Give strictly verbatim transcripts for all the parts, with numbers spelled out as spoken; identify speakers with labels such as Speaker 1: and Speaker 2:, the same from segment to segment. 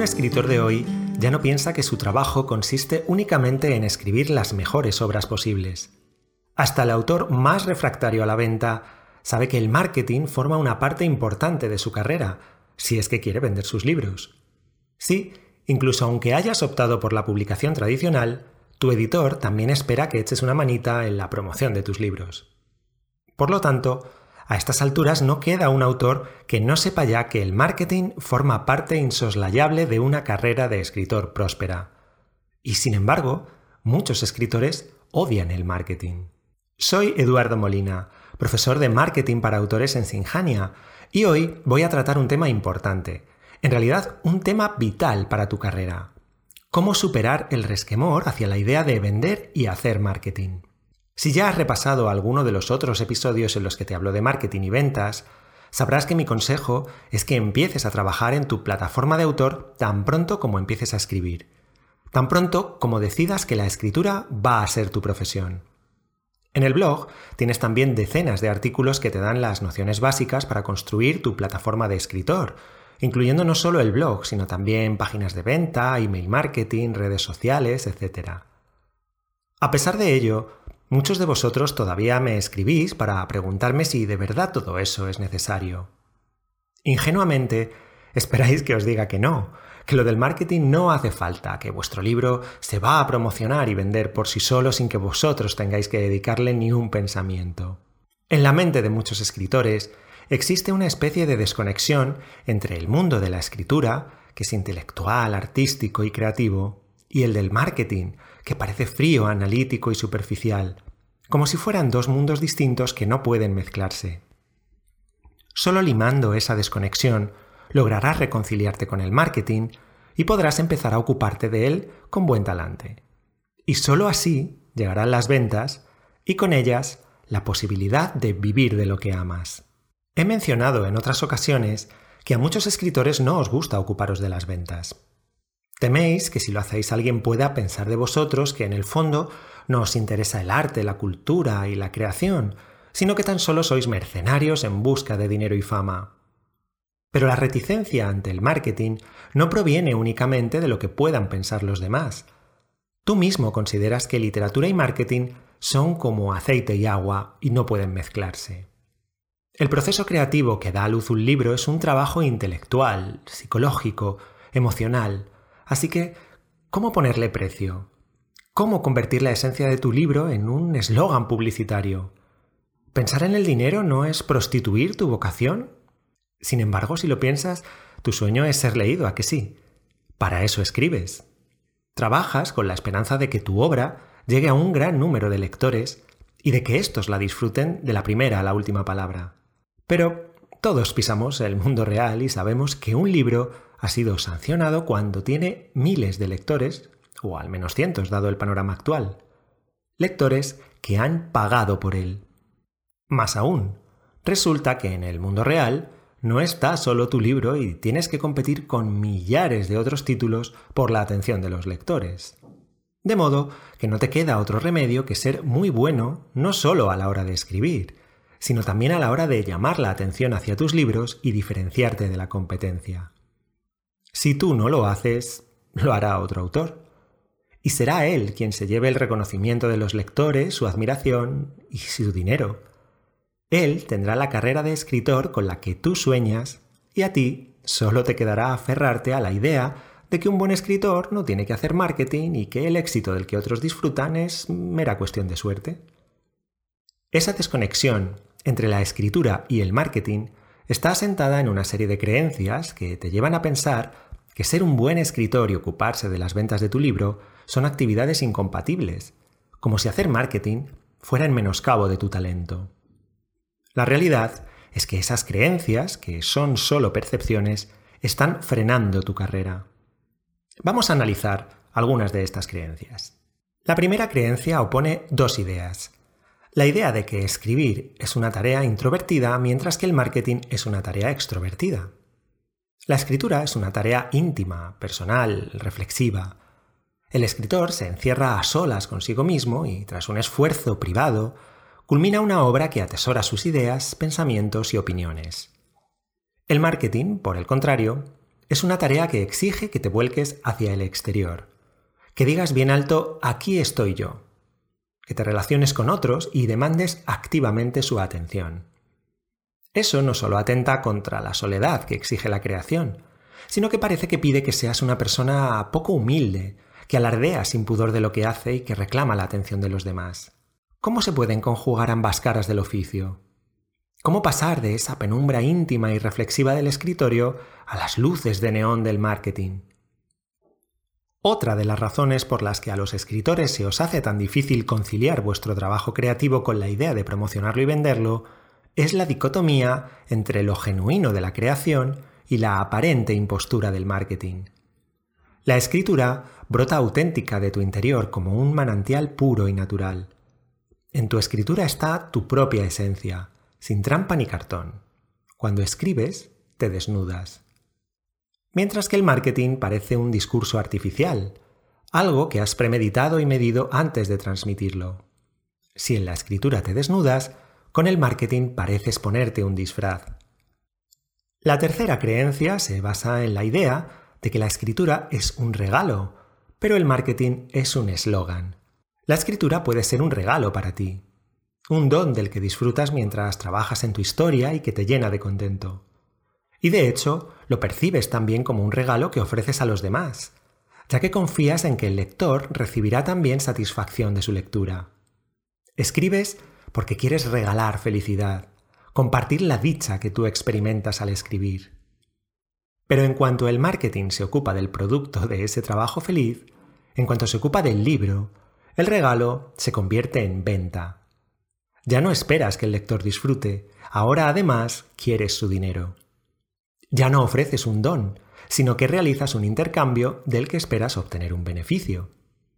Speaker 1: escritor de hoy ya no piensa que su trabajo consiste únicamente en escribir las mejores obras posibles. Hasta el autor más refractario a la venta sabe que el marketing forma una parte importante de su carrera, si es que quiere vender sus libros. Sí, incluso aunque hayas optado por la publicación tradicional, tu editor también espera que eches una manita en la promoción de tus libros. Por lo tanto, a estas alturas no queda un autor que no sepa ya que el marketing forma parte insoslayable de una carrera de escritor próspera. Y sin embargo, muchos escritores odian el marketing. Soy Eduardo Molina, profesor de marketing para autores en Sinjania, y hoy voy a tratar un tema importante, en realidad un tema vital para tu carrera: cómo superar el resquemor hacia la idea de vender y hacer marketing. Si ya has repasado alguno de los otros episodios en los que te hablo de marketing y ventas, sabrás que mi consejo es que empieces a trabajar en tu plataforma de autor tan pronto como empieces a escribir, tan pronto como decidas que la escritura va a ser tu profesión. En el blog tienes también decenas de artículos que te dan las nociones básicas para construir tu plataforma de escritor, incluyendo no solo el blog, sino también páginas de venta, email marketing, redes sociales, etcétera. A pesar de ello, muchos de vosotros todavía me escribís para preguntarme si de verdad todo eso es necesario. Ingenuamente, esperáis que os diga que no, que lo del marketing no hace falta, que vuestro libro se va a promocionar y vender por sí solo sin que vosotros tengáis que dedicarle ni un pensamiento. En la mente de muchos escritores existe una especie de desconexión entre el mundo de la escritura, que es intelectual, artístico y creativo, y el del marketing, que parece frío, analítico y superficial, como si fueran dos mundos distintos que no pueden mezclarse. Solo limando esa desconexión lograrás reconciliarte con el marketing y podrás empezar a ocuparte de él con buen talante. Y solo así llegarán las ventas y con ellas la posibilidad de vivir de lo que amas. He mencionado en otras ocasiones que a muchos escritores no os gusta ocuparos de las ventas. Teméis que si lo hacéis alguien pueda pensar de vosotros que en el fondo no os interesa el arte, la cultura y la creación, sino que tan solo sois mercenarios en busca de dinero y fama. Pero la reticencia ante el marketing no proviene únicamente de lo que puedan pensar los demás. Tú mismo consideras que literatura y marketing son como aceite y agua y no pueden mezclarse. El proceso creativo que da a luz un libro es un trabajo intelectual, psicológico, emocional. Así que, ¿cómo ponerle precio? ¿Cómo convertir la esencia de tu libro en un eslogan publicitario? ¿Pensar en el dinero no es prostituir tu vocación? Sin embargo, si lo piensas, tu sueño es ser leído, ¿a que sí? Para eso escribes. Trabajas con la esperanza de que tu obra llegue a un gran número de lectores y de que éstos la disfruten de la primera a la última palabra. Pero todos pisamos el mundo real y sabemos que un libro ha sido sancionado cuando tiene miles de lectores, o al menos cientos dado el panorama actual. Lectores que han pagado por él. Más aún, resulta que en el mundo real no está solo tu libro y tienes que competir con millares de otros títulos por la atención de los lectores. De modo que no te queda otro remedio que ser muy bueno no solo a la hora de escribir, sino también a la hora de llamar la atención hacia tus libros y diferenciarte de la competencia. Si tú no lo haces, lo hará otro autor. Y será él quien se lleve el reconocimiento de los lectores, su admiración y su dinero. Él tendrá la carrera de escritor con la que tú sueñas y a ti solo te quedará aferrarte a la idea de que un buen escritor no tiene que hacer marketing y que el éxito del que otros disfrutan es mera cuestión de suerte. Esa desconexión entre la escritura y el marketing está asentada en una serie de creencias que te llevan a pensar que ser un buen escritor y ocuparse de las ventas de tu libro son actividades incompatibles, como si hacer marketing fuera en menoscabo de tu talento. La realidad es que esas creencias, que son solo percepciones, están frenando tu carrera. Vamos a analizar algunas de estas creencias. La primera creencia opone dos ideas. La idea de que escribir es una tarea introvertida mientras que el marketing es una tarea extrovertida. La escritura es una tarea íntima, personal, reflexiva. El escritor se encierra a solas consigo mismo y, tras un esfuerzo privado, culmina una obra que atesora sus ideas, pensamientos y opiniones. El marketing, por el contrario, es una tarea que exige que te vuelques hacia el exterior, que digas bien alto «aquí estoy yo», que te relaciones con otros y demandes activamente su atención. Eso no solo atenta contra la soledad que exige la creación, sino que parece que pide que seas una persona poco humilde, que alardea sin pudor de lo que hace y que reclama la atención de los demás. ¿Cómo se pueden conjugar ambas caras del oficio? ¿Cómo pasar de esa penumbra íntima y reflexiva del escritorio a las luces de neón del marketing? Otra de las razones por las que a los escritores se os hace tan difícil conciliar vuestro trabajo creativo con la idea de promocionarlo y venderlo es la dicotomía entre lo genuino de la creación y la aparente impostura del marketing. La escritura brota auténtica de tu interior como un manantial puro y natural. En tu escritura está tu propia esencia, sin trampa ni cartón. Cuando escribes, te desnudas. Mientras que el marketing parece un discurso artificial, algo que has premeditado y medido antes de transmitirlo. Si en la escritura te desnudas, con el marketing pareces ponerte un disfraz. La tercera creencia se basa en la idea de que la escritura es un regalo, pero el marketing es un eslogan. La escritura puede ser un regalo para ti, un don del que disfrutas mientras trabajas en tu historia y que te llena de contento. Y de hecho, lo percibes también como un regalo que ofreces a los demás, ya que confías en que el lector recibirá también satisfacción de su lectura. Escribes porque quieres regalar felicidad, compartir la dicha que tú experimentas al escribir. Pero en cuanto el marketing se ocupa del producto de ese trabajo feliz, en cuanto se ocupa del libro, el regalo se convierte en venta. Ya no esperas que el lector disfrute, ahora además quieres su dinero. Ya no ofreces un don, sino que realizas un intercambio del que esperas obtener un beneficio.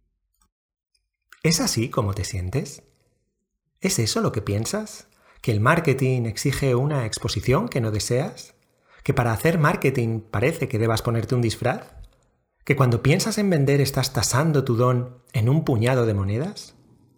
Speaker 1: ¿Es así como te sientes? ¿Es eso lo que piensas? ¿Que el marketing exige una exposición que no deseas? ¿Que para hacer marketing parece que debas ponerte un disfraz? ¿Que cuando piensas en vender estás tasando tu don en un puñado de monedas?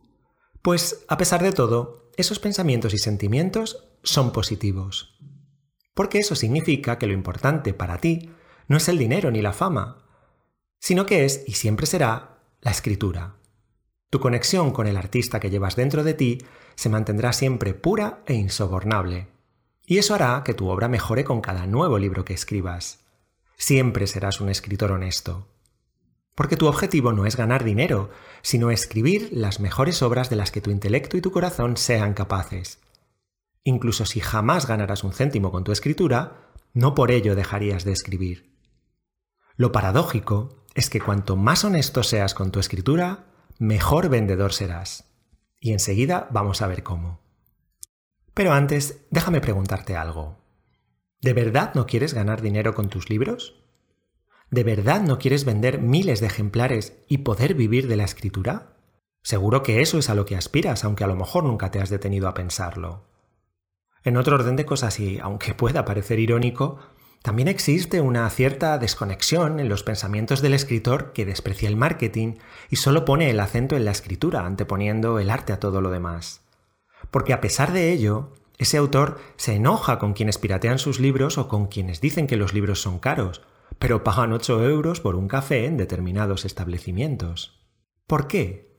Speaker 1: Pues, a pesar de todo, esos pensamientos y sentimientos son positivos. Porque eso significa que lo importante para ti no es el dinero ni la fama, sino que es, y siempre será, la escritura. Tu conexión con el artista que llevas dentro de ti se mantendrá siempre pura e insobornable. Y eso hará que tu obra mejore con cada nuevo libro que escribas. Siempre serás un escritor honesto. Porque tu objetivo no es ganar dinero, sino escribir las mejores obras de las que tu intelecto y tu corazón sean capaces. Incluso si jamás ganarás un céntimo con tu escritura, no por ello dejarías de escribir. Lo paradójico es que cuanto más honesto seas con tu escritura, mejor vendedor serás. Y enseguida vamos a ver cómo. Pero antes, déjame preguntarte algo. ¿De verdad no quieres ganar dinero con tus libros? ¿De verdad no quieres vender miles de ejemplares y poder vivir de la escritura? Seguro que eso es a lo que aspiras, aunque a lo mejor nunca te has detenido a pensarlo. En otro orden de cosas, y aunque pueda parecer irónico, también existe una cierta desconexión en los pensamientos del escritor que desprecia el marketing y solo pone el acento en la escritura, anteponiendo el arte a todo lo demás. Porque a pesar de ello, ese autor se enoja con quienes piratean sus libros o con quienes dicen que los libros son caros, pero pagan ocho euros por un café en determinados establecimientos. ¿Por qué?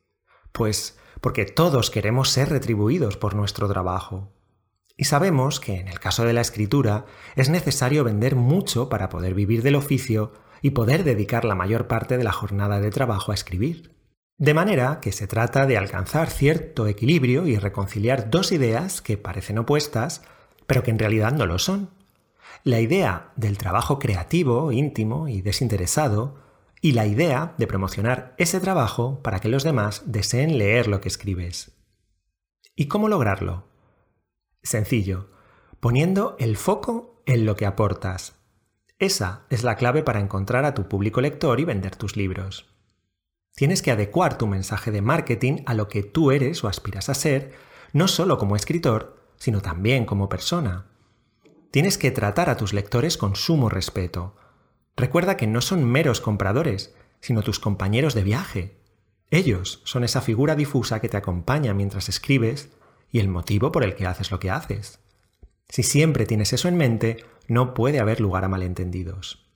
Speaker 1: Pues porque todos queremos ser retribuidos por nuestro trabajo. Y sabemos que en el caso de la escritura es necesario vender mucho para poder vivir del oficio y poder dedicar la mayor parte de la jornada de trabajo a escribir. De manera que se trata de alcanzar cierto equilibrio y reconciliar dos ideas que parecen opuestas, pero que en realidad no lo son. La idea del trabajo creativo, íntimo y desinteresado, y la idea de promocionar ese trabajo para que los demás deseen leer lo que escribes. ¿Y cómo lograrlo? Sencillo, poniendo el foco en lo que aportas. Esa es la clave para encontrar a tu público lector y vender tus libros. Tienes que adecuar tu mensaje de marketing a lo que tú eres o aspiras a ser, no solo como escritor, sino también como persona. Tienes que tratar a tus lectores con sumo respeto. Recuerda que no son meros compradores, sino tus compañeros de viaje. Ellos son esa figura difusa que te acompaña mientras escribes y el motivo por el que haces lo que haces. Si siempre tienes eso en mente, no puede haber lugar a malentendidos.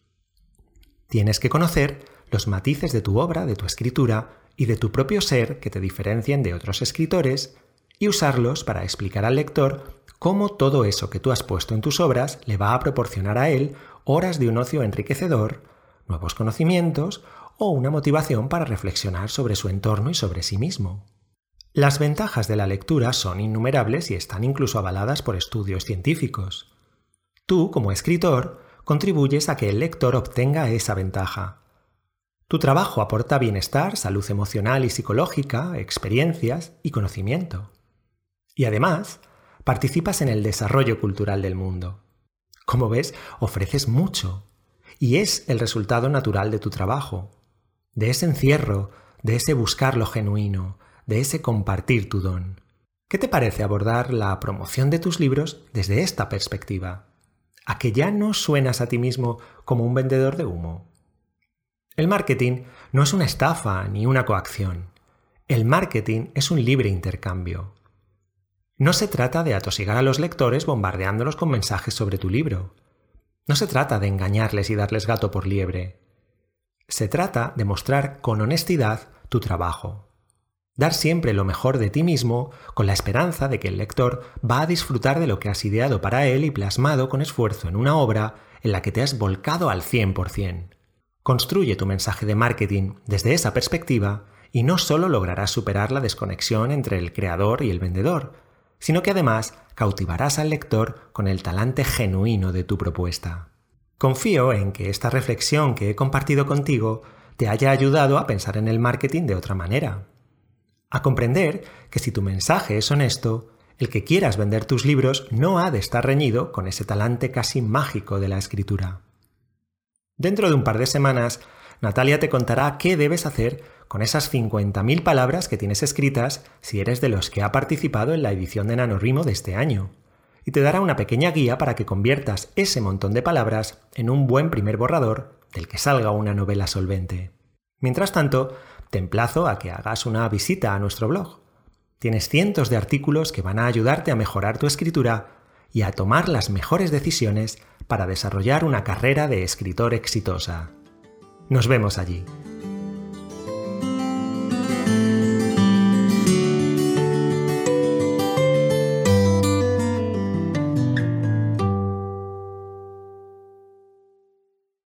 Speaker 1: Tienes que conocer los matices de tu obra, de tu escritura y de tu propio ser que te diferencien de otros escritores y usarlos para explicar al lector cómo todo eso que tú has puesto en tus obras le va a proporcionar a él horas de un ocio enriquecedor, nuevos conocimientos o una motivación para reflexionar sobre su entorno y sobre sí mismo. Las ventajas de la lectura son innumerables y están incluso avaladas por estudios científicos. Tú, como escritor, contribuyes a que el lector obtenga esa ventaja. Tu trabajo aporta bienestar, salud emocional y psicológica, experiencias y conocimiento. Y además, participas en el desarrollo cultural del mundo. Como ves, ofreces mucho, y es el resultado natural de tu trabajo, de ese encierro, de ese buscar lo genuino, de ese compartir tu don. ¿Qué te parece abordar la promoción de tus libros desde esta perspectiva? ¿A que ya no suenas a ti mismo como un vendedor de humo? El marketing no es una estafa ni una coacción. El marketing es un libre intercambio. No se trata de atosigar a los lectores bombardeándolos con mensajes sobre tu libro. No se trata de engañarles y darles gato por liebre. Se trata de mostrar con honestidad tu trabajo. Dar siempre lo mejor de ti mismo con la esperanza de que el lector va a disfrutar de lo que has ideado para él y plasmado con esfuerzo en una obra en la que te has volcado al cien por cien. Construye tu mensaje de marketing desde esa perspectiva y no solo lograrás superar la desconexión entre el creador y el vendedor, sino que además cautivarás al lector con el talante genuino de tu propuesta. Confío en que esta reflexión que he compartido contigo te haya ayudado a pensar en el marketing de otra manera, a comprender que si tu mensaje es honesto, el que quieras vender tus libros no ha de estar reñido con ese talante casi mágico de la escritura. Dentro de un par de semanas, Natalia te contará qué debes hacer con esas cincuenta mil palabras que tienes escritas si eres de los que ha participado en la edición de NaNoWriMo de este año, y te dará una pequeña guía para que conviertas ese montón de palabras en un buen primer borrador del que salga una novela solvente. Mientras tanto, te emplazo a que hagas una visita a nuestro blog. Tienes cientos de artículos que van a ayudarte a mejorar tu escritura y a tomar las mejores decisiones para desarrollar una carrera de escritor exitosa. Nos vemos allí.